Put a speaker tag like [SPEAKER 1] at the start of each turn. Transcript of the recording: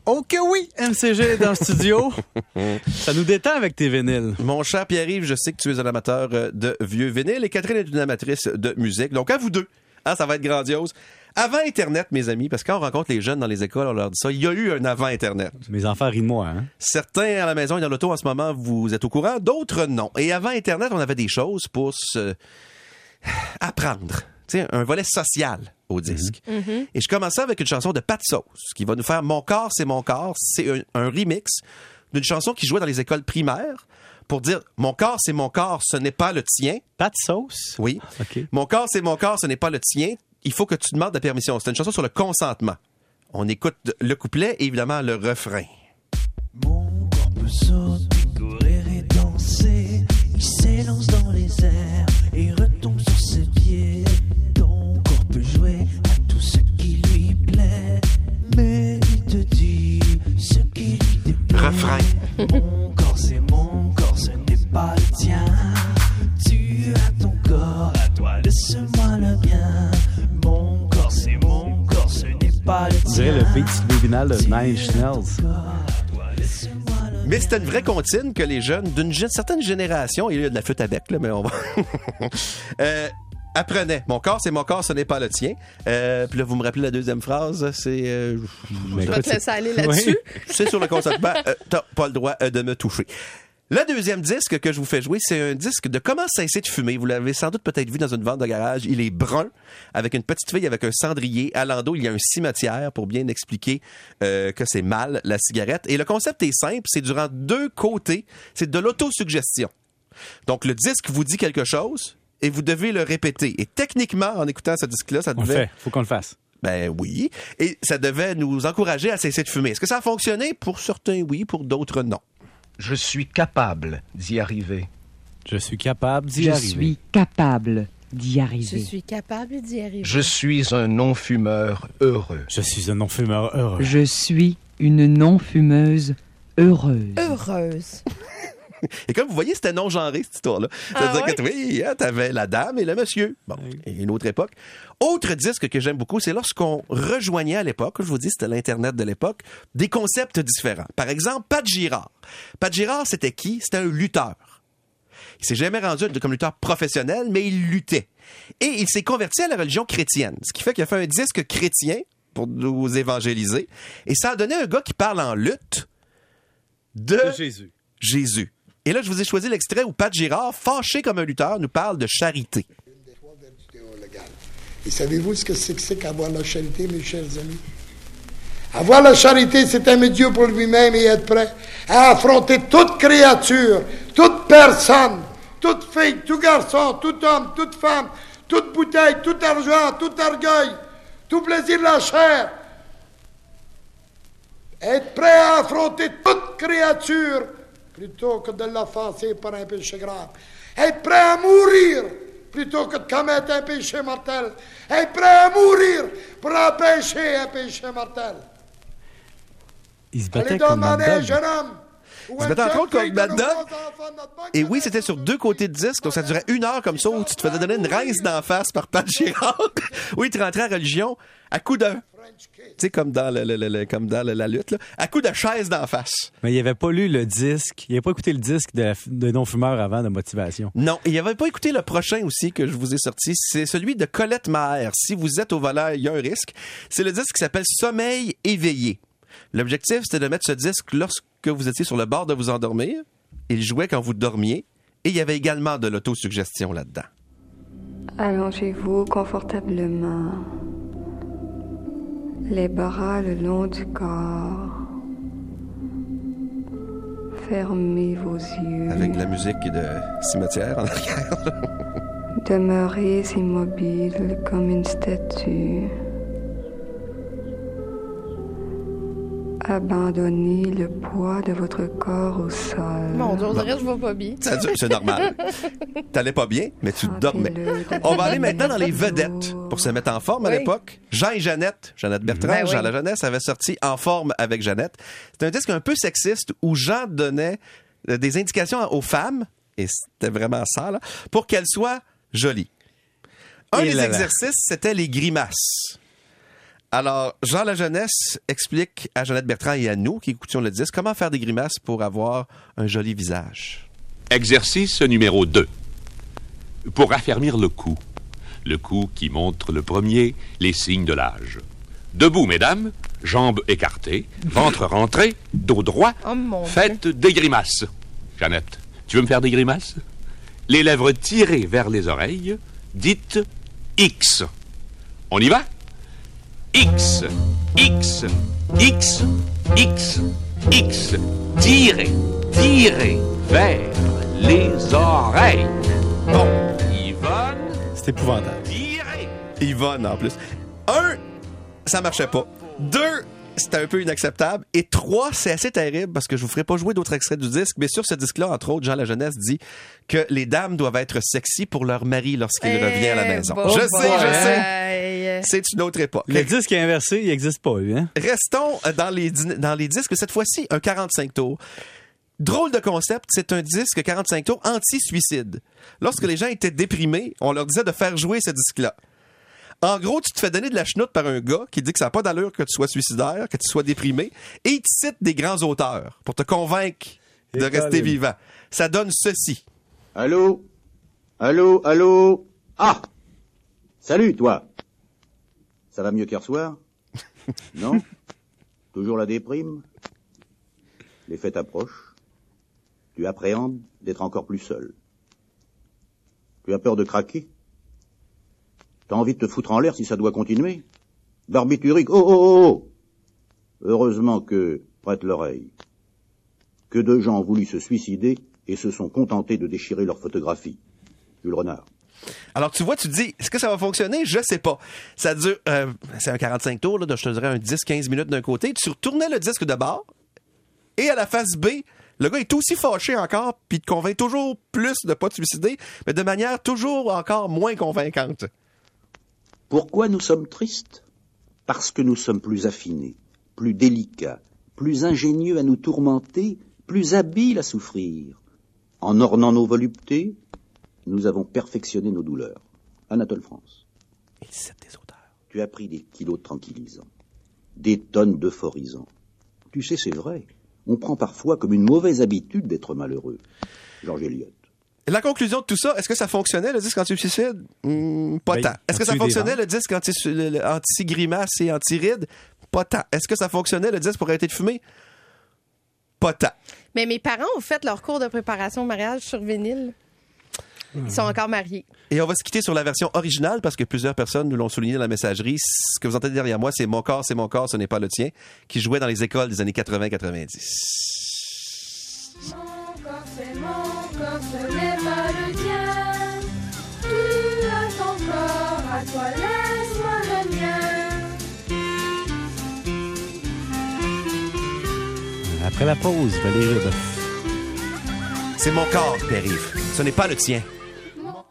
[SPEAKER 1] Oh que oui, MCG est dans le studio. Ça nous détend avec tes vinyles.
[SPEAKER 2] Mon cher Pierre-Yves, je sais que tu es un amateur de vieux vinyles et Catherine est une amatrice de musique. Donc, à vous deux, ça va être grandiose. Avant Internet, mes amis, parce que quand on rencontre les jeunes dans les écoles, on leur dit ça, il y a eu un avant Internet.
[SPEAKER 1] Mes enfants rient de moi, hein?
[SPEAKER 2] Certains à la maison et dans l'auto en ce moment, vous êtes au courant, d'autres non. Et avant Internet, on avait des choses pour se apprendre. Tu sais, un volet social au disque. Mm-hmm. Et je commençais avec une chanson de Pat Sauce qui va nous faire Mon corps, c'est mon corps. C'est un remix d'une chanson qui jouait dans les écoles primaires pour dire Mon corps, c'est mon corps, ce n'est pas le tien.
[SPEAKER 1] Pat Sauce?
[SPEAKER 2] Oui.
[SPEAKER 1] Okay.
[SPEAKER 2] Mon corps, c'est mon corps, ce n'est pas le tien. Il faut que tu demandes la permission. C'est une chanson sur le consentement. On écoute le couplet et évidemment le refrain.
[SPEAKER 3] Mon corps peut sauter, courir et danser. Il s'élance dans les airs et retombe sur ses pieds. Ton corps peut jouer à tout ce qui lui plaît. Mais il te dit ce qui lui déplaît.
[SPEAKER 2] Refrain.
[SPEAKER 3] Mon corps, ce n'est pas le tien. Tu as ton corps, à toi, laisse-moi le mien. Mon corps, ce n'est pas le tien.
[SPEAKER 1] On dirait le beat subliminal de Nine Inch Nails.
[SPEAKER 2] Mais c'était une vraie comptine que les jeunes d'une certaine génération, il y a de la flûte à bec, là, mais on va... apprenaient. Mon corps, c'est mon corps, ce n'est pas le tien. Puis là, vous me rappelez la deuxième phrase, c'est...
[SPEAKER 4] je vais te laisser aller là-dessus.
[SPEAKER 2] Oui. C'est sur le consentement, t'as pas le droit de me toucher. Le deuxième disque que je vous fais jouer, c'est un disque de Comment cesser de fumer. Vous l'avez sans doute peut-être vu dans une vente de garage. Il est brun, avec une petite fille avec un cendrier. À l'endos, il y a un cimetière pour bien expliquer que c'est mal, la cigarette. Et le concept est simple, c'est durant deux côtés, c'est de l'autosuggestion. Donc, le disque vous dit quelque chose et vous devez le répéter. Et techniquement, en écoutant ce disque-là, ça devait...
[SPEAKER 1] On le fait, faut qu'on le fasse.
[SPEAKER 2] Ben oui. Et ça devait nous encourager à cesser de fumer. Est-ce que ça a fonctionné? Pour certains, oui. Pour d'autres, non.
[SPEAKER 5] Je suis capable d'y arriver.
[SPEAKER 1] Je suis capable d'y arriver.
[SPEAKER 6] Je suis capable d'y arriver.
[SPEAKER 4] Je suis capable d'y arriver.
[SPEAKER 5] Je suis un non-fumeur heureux.
[SPEAKER 1] Je suis un non-fumeur heureux.
[SPEAKER 6] Je suis une non-fumeuse heureuse.
[SPEAKER 4] Heureuse.
[SPEAKER 2] Et comme vous voyez, c'était non-genré, cette histoire-là. C'est-à-dire que oui, t'avais la dame et le monsieur. Bon, et une autre époque. Autre disque que j'aime beaucoup, c'est lorsqu'on rejoignait à l'époque, je vous dis, c'était l'Internet de l'époque, des concepts différents. Par exemple, Pat Girard. Pat Girard, c'était qui? C'était un lutteur. Il s'est jamais rendu comme lutteur professionnel, mais il luttait. Et il s'est converti à la religion chrétienne. Ce qui fait qu'il a fait un disque chrétien pour nous évangéliser. Et ça a donné un gars qui parle en lutte de Jésus. Et là, je vous ai choisi l'extrait où Pat Girard, fâché comme un lutteur, nous parle de charité.
[SPEAKER 7] Et savez-vous ce que c'est qu'avoir la charité, mes chers amis? Avoir la charité, c'est aimer Dieu pour lui-même et être prêt à affronter toute créature, toute personne, toute fille, tout garçon, tout homme, toute femme, toute bouteille, tout argent, tout orgueil, tout plaisir de la chair. Être prêt à affronter toute créature plutôt que de l'offenser par un péché grave. Être prêt à mourir plutôt que de commettre un péché mortel. Être prêt à mourir pour empêcher un péché mortel.
[SPEAKER 1] Il se battait
[SPEAKER 7] Allez
[SPEAKER 1] comme
[SPEAKER 7] demander
[SPEAKER 1] Mad
[SPEAKER 7] un
[SPEAKER 1] Dog.
[SPEAKER 7] jeune homme.
[SPEAKER 2] Il se battait entre autres contre Mad Dog. Et oui, c'était sur deux côtés de disque, donc ça durait 1 heure comme ça, où tu te faisais donner une rince d'en face par Pat Girard. Oui, tu rentrais à religion à coup de... Tu sais, comme dans la lutte, là, à coup de chaise d'en face.
[SPEAKER 1] Mais il avait pas lu le disque. Il avait pas écouté le disque de non-fumeur avant de motivation.
[SPEAKER 2] Non, et il avait pas écouté le prochain aussi que je vous ai sorti. C'est celui de Colette Maher. Si vous êtes au volant, il y a un risque. C'est le disque qui s'appelle Sommeil éveillé. L'objectif, c'était de mettre ce disque lorsque vous étiez sur le bord de vous endormir. Il jouait quand vous dormiez. Et il y avait également de l'autosuggestion là-dedans.
[SPEAKER 8] Allongez-vous confortablement. Les bras le long du corps. Fermez vos yeux.
[SPEAKER 2] Avec de la musique de cimetière en arrière.
[SPEAKER 8] Demeurez immobile comme une statue. Abandonnez le poids de votre corps au sol.
[SPEAKER 4] Mon Dieu, on dirait que je vais pas bien.
[SPEAKER 2] C'est normal. T'allais pas bien, mais tu dormais. On va aller maintenant dans les vedettes pour se mettre en forme à l'époque. Jean et Jeannette Bertrand, Jean la Jeunesse avait sorti En forme avec Jeannette. C'est un disque un peu sexiste où Jean donnait des indications aux femmes, et c'était vraiment ça, là, pour qu'elles soient jolies. Un des exercices, c'était les grimaces. Alors, Jean Lajeunesse explique à Jeannette Bertrand et à nous qui écoutions le disque comment faire des grimaces pour avoir un joli visage.
[SPEAKER 9] Exercice numéro 2. Pour affermir le cou. Le cou qui montre le premier les signes de l'âge. Debout, mesdames, jambes écartées, ventre rentré, dos droit, faites des grimaces. Jeannette, tu veux me faire des grimaces? Les lèvres tirées vers les oreilles, dites X. On y va? X, X, X, X, X. Tirez, tirez vers les oreilles. Bon, Yvonne.
[SPEAKER 1] C'est épouvantable.
[SPEAKER 9] Tirez.
[SPEAKER 2] Yvonne, en plus. 1, ça marchait pas. 2, c'était un peu inacceptable. Et 3, c'est assez terrible parce que je vous ferai pas jouer d'autres extraits du disque. Mais sur ce disque-là, entre autres, Jean Lajeunesse dit que les dames doivent être sexy pour leur mari lorsqu'il revient à la maison. Je sais. C'est une autre époque.
[SPEAKER 1] Le disque est inversé, il n'existe pas, lui. Hein?
[SPEAKER 2] Restons dans les disques. Cette fois-ci, un 45 tours. Drôle de concept, c'est un disque 45 tours anti-suicide. Lorsque les gens étaient déprimés, on leur disait de faire jouer ce disque-là. En gros, tu te fais donner de la chenoute par un gars qui dit que ça n'a pas d'allure que tu sois suicidaire, que tu sois déprimé, et il te cite des grands auteurs pour te convaincre de rester vivant. Ça donne ceci.
[SPEAKER 10] Allô? Allô? Allô? Ah! Salut, toi! Ça va mieux qu'hier soir? Non? Toujours la déprime? Les fêtes approchent. Tu appréhendes d'être encore plus seul. Tu as peur de craquer? T'as envie de te foutre en l'air si ça doit continuer? Barbiturique, oh, oh, oh, oh! Heureusement que, prête l'oreille, que deux gens ont voulu se suicider et se sont contentés de déchirer leurs photographies. Jules Renard.
[SPEAKER 2] Alors, tu vois, tu te dis, est-ce que ça va fonctionner? Je sais pas. Ça dure, c'est un 45 tours, là, je te dirais un 10-15 minutes d'un côté. Tu retournais le disque de bord, et à la face B, le gars est aussi fâché encore, puis te convainc toujours plus de pas te suicider, mais de manière toujours encore moins convaincante.
[SPEAKER 10] Pourquoi nous sommes tristes? Parce que nous sommes plus affinés, plus délicats, plus ingénieux à nous tourmenter, plus habiles à souffrir. En ornant nos voluptés, nous avons perfectionné nos douleurs. Anatole France.
[SPEAKER 2] Il cite des auteurs.
[SPEAKER 10] Tu as pris des kilos de tranquillisants, des tonnes d'euphorisants. Tu sais, c'est vrai. On prend parfois comme une mauvaise habitude d'être malheureux. Georges Eliot.
[SPEAKER 2] La conclusion de tout ça, est-ce que ça fonctionnait le disque anti-suicide? Pas tant. Est-ce que ça fonctionnait le disque anti-grimace et anti-ride? Pas tant. Est-ce que ça fonctionnait le disque pour arrêter de fumer? Pas tant.
[SPEAKER 4] Mais mes parents ont fait leur cours de préparation au mariage sur vinyle. Ils sont encore mariés.
[SPEAKER 2] Et on va se quitter sur la version originale parce que plusieurs personnes nous l'ont souligné dans la messagerie. Ce que vous entendez derrière moi, c'est Mon corps, ce n'est pas le tien, qui jouait dans les écoles des années 80-90.
[SPEAKER 11] Mon corps, ce n'est pas le tien. Tu as ton corps, à toi laisse-moi le mien.
[SPEAKER 1] Après la pause, Valérie Leboeuf.
[SPEAKER 2] C'est mon corps, Pierre-Yves. Ce n'est pas le tien.